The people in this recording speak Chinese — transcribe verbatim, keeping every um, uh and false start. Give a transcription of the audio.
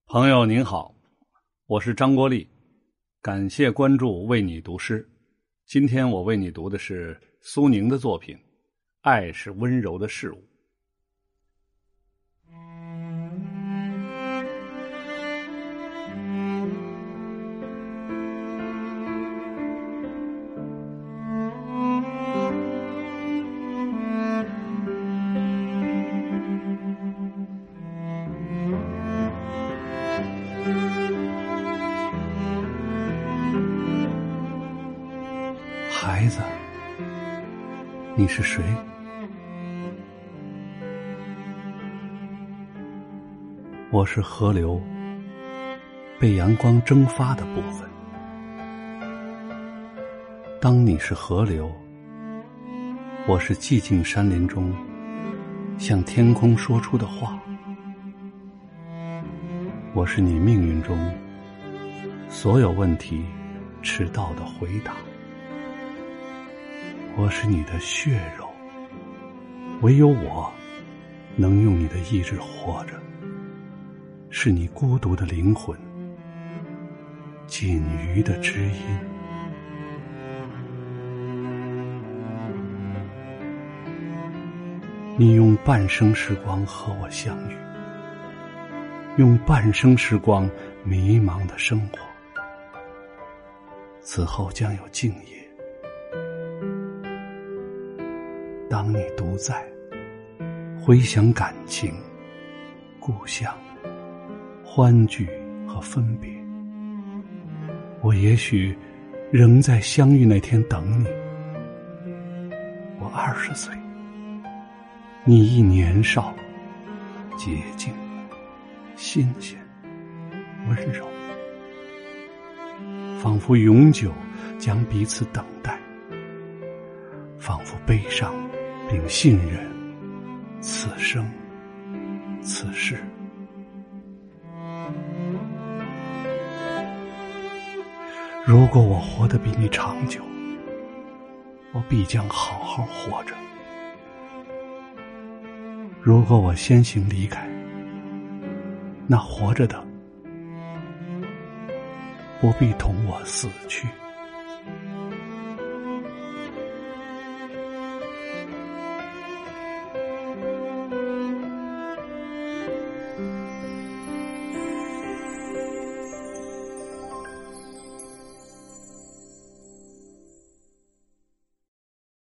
朋友您好，我是张国立，感谢关注为你读诗。今天我为你读的是苏宁的作品《爱是温柔的事物》。孩子，你是谁？我是河流，被阳光蒸发的部分。当你是河流，我是寂静山林中向天空说出的话。我是你命运中所有问题迟到的回答。我是你的血肉，唯有我能用你的意志活着，是你孤独的灵魂，仅余的知音。你用半生时光和我相遇，用半生时光迷茫的生活，此后将有静夜。当你独在，回想感情、故乡、欢聚和分别，我也许仍在相遇那天等你。我二十岁，你亦年少，洁净、新鲜、温柔，仿佛永久将彼此等待，仿佛悲伤并信任此生此世。如果我活得比你长久，我必将好好活着。如果我先行离开，那活着的不必同我死去。